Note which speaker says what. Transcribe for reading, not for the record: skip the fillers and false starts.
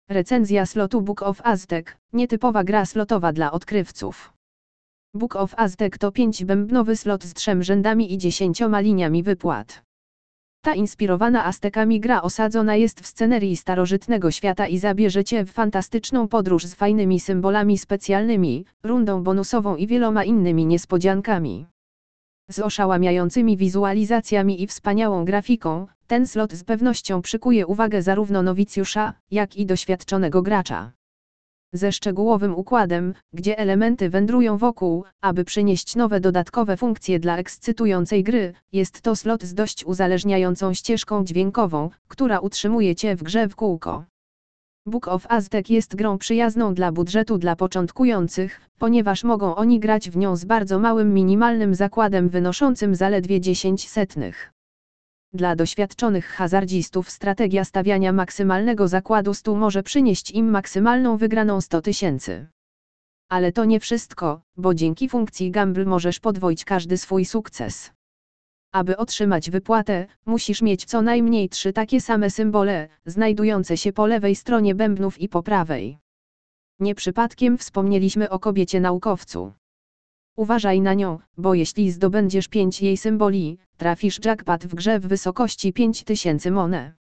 Speaker 1: Recenzja slotu Book of Aztec, nietypowa gra slotowa dla odkrywców. Book of Aztec to 5-bębnowy slot z 3 rzędami i 10 liniami wypłat. Ta inspirowana Aztekami gra osadzona jest w scenerii starożytnego świata i zabierze Cię w fantastyczną podróż z fajnymi symbolami specjalnymi, rundą bonusową i wieloma innymi niespodziankami. Z oszałamiającymi wizualizacjami i wspaniałą grafiką, ten slot z pewnością przykuje uwagę zarówno nowicjusza, jak i doświadczonego gracza. Ze szczegółowym układem, gdzie elementy wędrują wokół, aby przynieść nowe dodatkowe funkcje dla ekscytującej gry, jest to slot z dość uzależniającą ścieżką dźwiękową, która utrzymuje Cię w grze w kółko. Book of Aztec jest grą przyjazną dla budżetu dla początkujących, ponieważ mogą oni grać w nią z bardzo małym minimalnym zakładem wynoszącym zaledwie 0,10. Dla doświadczonych hazardzistów strategia stawiania maksymalnego zakładu 100 może przynieść im maksymalną wygraną 100 000. Ale to nie wszystko, bo dzięki funkcji Gamble możesz podwoić każdy swój sukces. Aby otrzymać wypłatę, musisz mieć co najmniej 3 takie same symbole, znajdujące się po lewej stronie bębnów i po prawej. Nie przypadkiem wspomnieliśmy o kobiecie naukowcu. Uważaj na nią, bo jeśli zdobędziesz 5 jej symboli, trafisz jackpot w grze w wysokości 5000 monet.